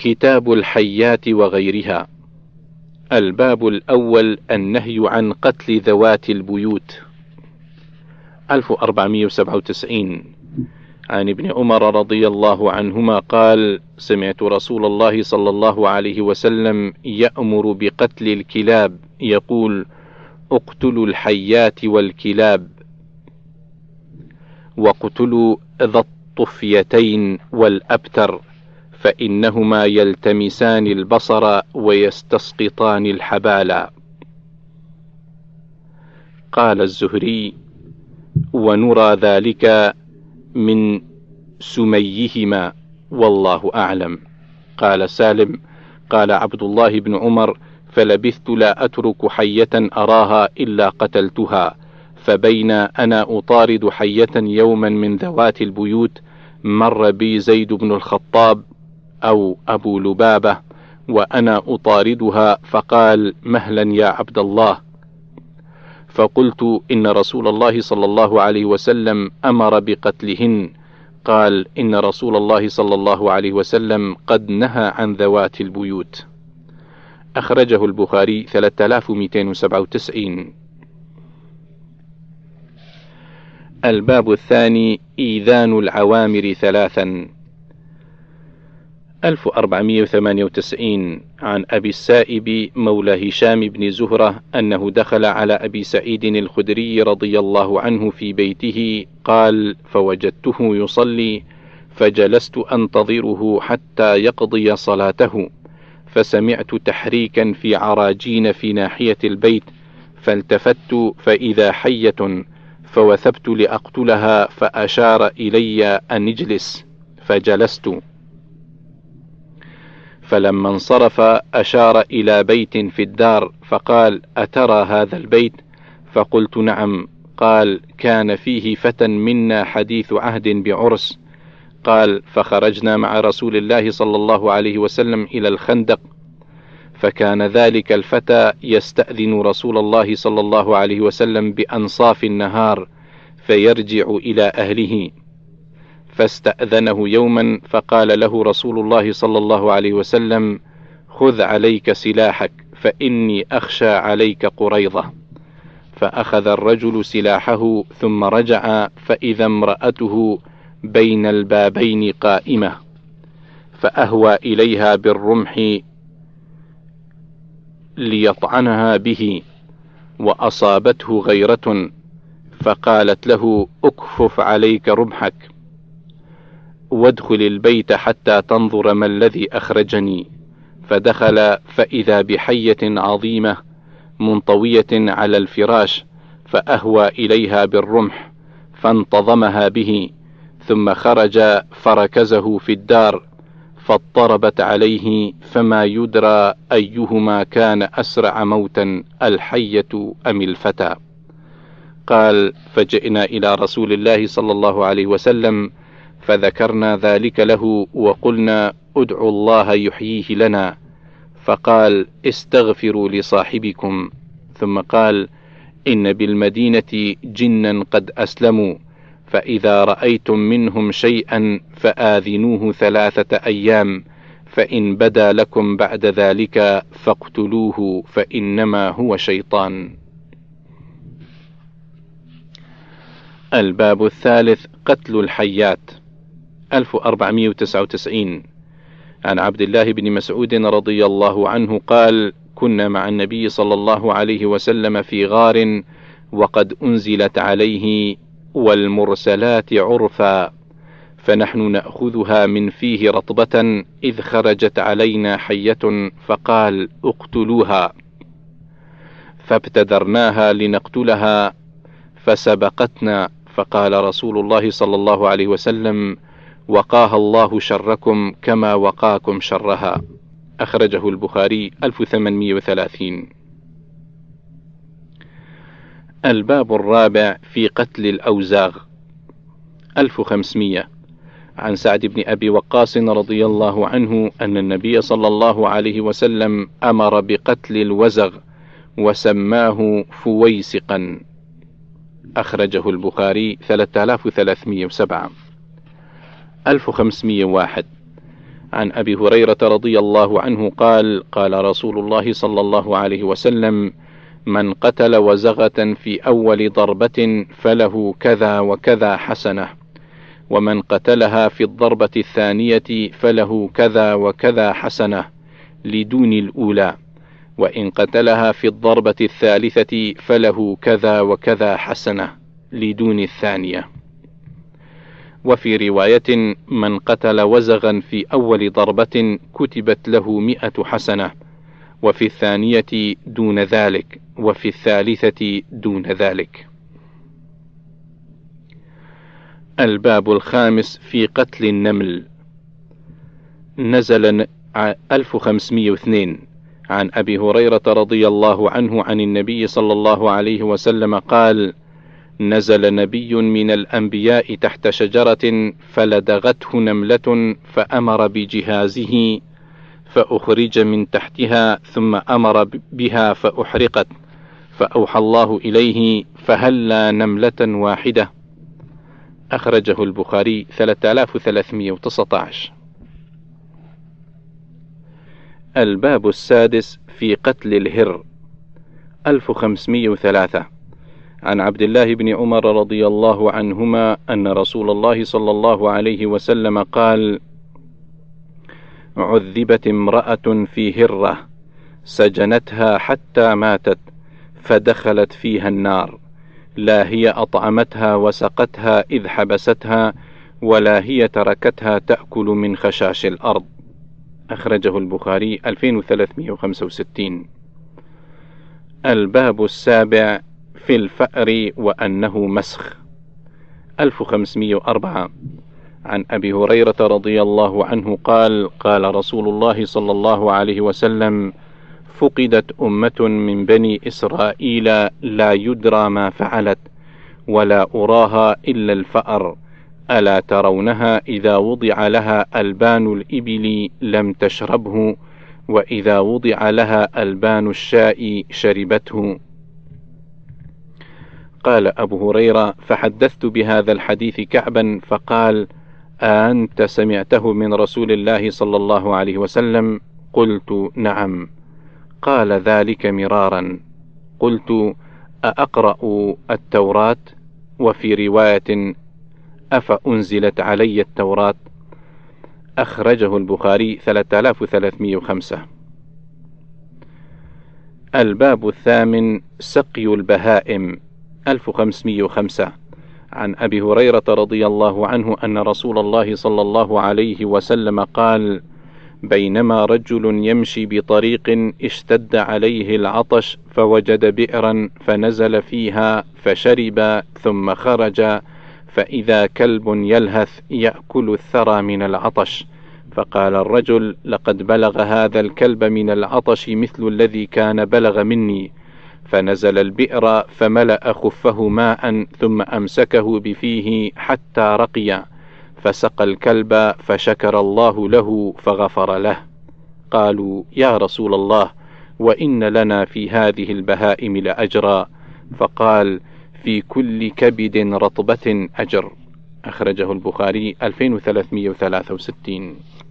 كتاب الحيات وغيرها. الباب الأول: النهي عن قتل ذوات البيوت. 1497 عن ابن عمر رضي الله عنهما قال: سمعت رسول الله صلى الله عليه وسلم يأمر بقتل الكلاب، يقول: اقتلوا الحيات والكلاب، واقتلوا ذا الطفيتين والأبتر، فإنهما يلتمسان البصر ويستسقطان الحبالا. قال الزهري: ونرى ذلك من سميهما والله أعلم. قال سالم: قال عبد الله بن عمر: فلبثت لا أترك حية أراها إلا قتلتها، فبين أنا أطارد حية يوما من ذوات البيوت، مر بي زيد بن الخطاب أو أبو لبابة وأنا أطاردها، فقال: مهلا يا عبد الله. فقلت: إن رسول الله صلى الله عليه وسلم أمر بقتلهن. قال: إن رسول الله صلى الله عليه وسلم قد نهى عن ذوات البيوت. أخرجه البخاري 3297. الباب الثاني: إيذان العوامر ثلاثا. 1498 عن أبي السائب مولى هشام بن زهرة أنه دخل على أبي سعيد الخدري رضي الله عنه في بيته، قال: فوجدته يصلي، فجلست أنتظره حتى يقضي صلاته، فسمعت تحريكا في عراجين في ناحية البيت، فالتفت فإذا حية، فوثبت لأقتلها، فأشار إلي أن اجلس، فجلست. فلما انصرف أشار إلى بيت في الدار، فقال: أترى هذا البيت؟ فقلت: نعم. قال: كان فيه فتى منا حديث عهد بعرس. قال: فخرجنا مع رسول الله صلى الله عليه وسلم إلى الخندق، فكان ذلك الفتى يستأذن رسول الله صلى الله عليه وسلم بأنصاف النهار، فيرجع إلى أهله، فاستأذنه يوما، فقال له رسول الله صلى الله عليه وسلم: خذ عليك سلاحك، فإني أخشى عليك قريظة. فأخذ الرجل سلاحه ثم رجع، فإذا امرأته بين البابين قائمة، فأهوى إليها بالرمح ليطعنها به، وأصابته غيرة، فقالت له: أكفف عليك رمحك، وادخل البيت حتى تنظر ما الذي أخرجني. فدخل فإذا بحية عظيمة منطوية على الفراش، فأهوى إليها بالرمح فانتظمها به، ثم خرج فركزه في الدار، فاضطربت عليه، فما يدرى أيهما كان أسرع موتا، الحية أم الفتى. قال: فجئنا إلى رسول الله صلى الله عليه وسلم، فذكرنا ذلك له، وقلنا: ادعوا الله يحييه لنا. فقال: استغفروا لصاحبكم. ثم قال: إن بالمدينة جنا قد أسلموا، فإذا رأيتم منهم شيئا فآذنوه 3 أيام، فإن بدا لكم بعد ذلك فاقتلوه، فإنما هو شيطان. الباب الثالث: قتل الحيات. 1499 عن عبد الله بن مسعود رضي الله عنه قال: كنا مع النبي صلى الله عليه وسلم في غار، وقد أنزلت عليه والمرسلات عرفا، فنحن نأخذها من فيه رطبة، إذ خرجت علينا حية، فقال: اقتلوها. فابتدرناها لنقتلها، فسبقتنا، فقال رسول الله صلى الله عليه وسلم: وقاها الله شركم كما وقاكم شرها. أخرجه البخاري 1830. الباب الرابع: في قتل الأوزاغ. 1500 عن سعد بن أبي وقاص رضي الله عنه أن النبي صلى الله عليه وسلم أمر بقتل الوزغ، وسماه فويسقا. أخرجه البخاري 3307. 1501 عن أبي هريرة رضي الله عنه قال: قال رسول الله صلى الله عليه وسلم: من قتل وزغة في أول ضربة فله كذا وكذا حسنة، ومن قتلها في الضربة الثانية فله كذا وكذا حسنة لدون الأولى، وإن قتلها في الضربة الثالثة فله كذا وكذا حسنة لدون الثانية. وفي رواية: من قتل وزغا في أول ضربة كتبت له 100 حسنة، وفي الثانية دون ذلك، وفي الثالثة دون ذلك. الباب الخامس في قتل النمل. نزل 1502 عن أبي هريرة رضي الله عنه عن النبي صلى الله عليه وسلم قال: نزل نبي من الأنبياء تحت شجرة فلدغته نملة فأمر بجهازه فأخرج من تحتها، ثم أمر بها فأحرقت، فأوحى الله إليه: فهلا نملة واحدة. أخرجه البخاري 3319. الباب السادس في قتل الهر. 1503 عن عبد الله بن عمر رضي الله عنهما أن رسول الله صلى الله عليه وسلم قال: عذبت امرأة في هرة سجنتها حتى ماتت فدخلت فيها النار، لا هي أطعمتها وسقتها إذ حبستها، ولا هي تركتها تأكل من خشاش الأرض. أخرجه البخاري 2365. الباب السابع في الفأر وأنه مسخ. 1504 عن أبي هريرة رضي الله عنه قال: قال رسول الله صلى الله عليه وسلم: فقدت أمة من بني إسرائيل لا يدرى ما فعلت، ولا أراها إلا الفأر، ألا ترونها إذا وضع لها ألبان الإبل لم تشربه، وإذا وضع لها ألبان الشاء شربته. قال أبو هريرة: فحدثت بهذا الحديث كعبا فقال: أنت سمعته من رسول الله صلى الله عليه وسلم؟ قلت: نعم. قال: ذلك مرارا. قلت: أأقرأ التوراة؟ وفي رواية: أفأنزلت علي التوراة؟ أخرجه البخاري 3305. الباب الثامن سقي البهائم. 1505 عن أبي هريرة رضي الله عنه أن رسول الله صلى الله عليه وسلم قال: بينما رجل يمشي بطريق اشتد عليه العطش فوجد بئرا فنزل فيها فشرب، ثم خرج فإذا كلب يلهث يأكل الثرى من العطش، فقال الرجل: لقد بلغ هذا الكلب من العطش مثل الذي كان بلغ مني، فنزل البئر فملأ خفه ماء ثم أمسكه بفيه حتى رقي، فسقى الكلب فشكر الله له فغفر له. قالوا: يا رسول الله، وإن لنا في هذه البهائم لأجرا. فقال: في كل كبد رطبة أجر. أخرجه البخاري 2363.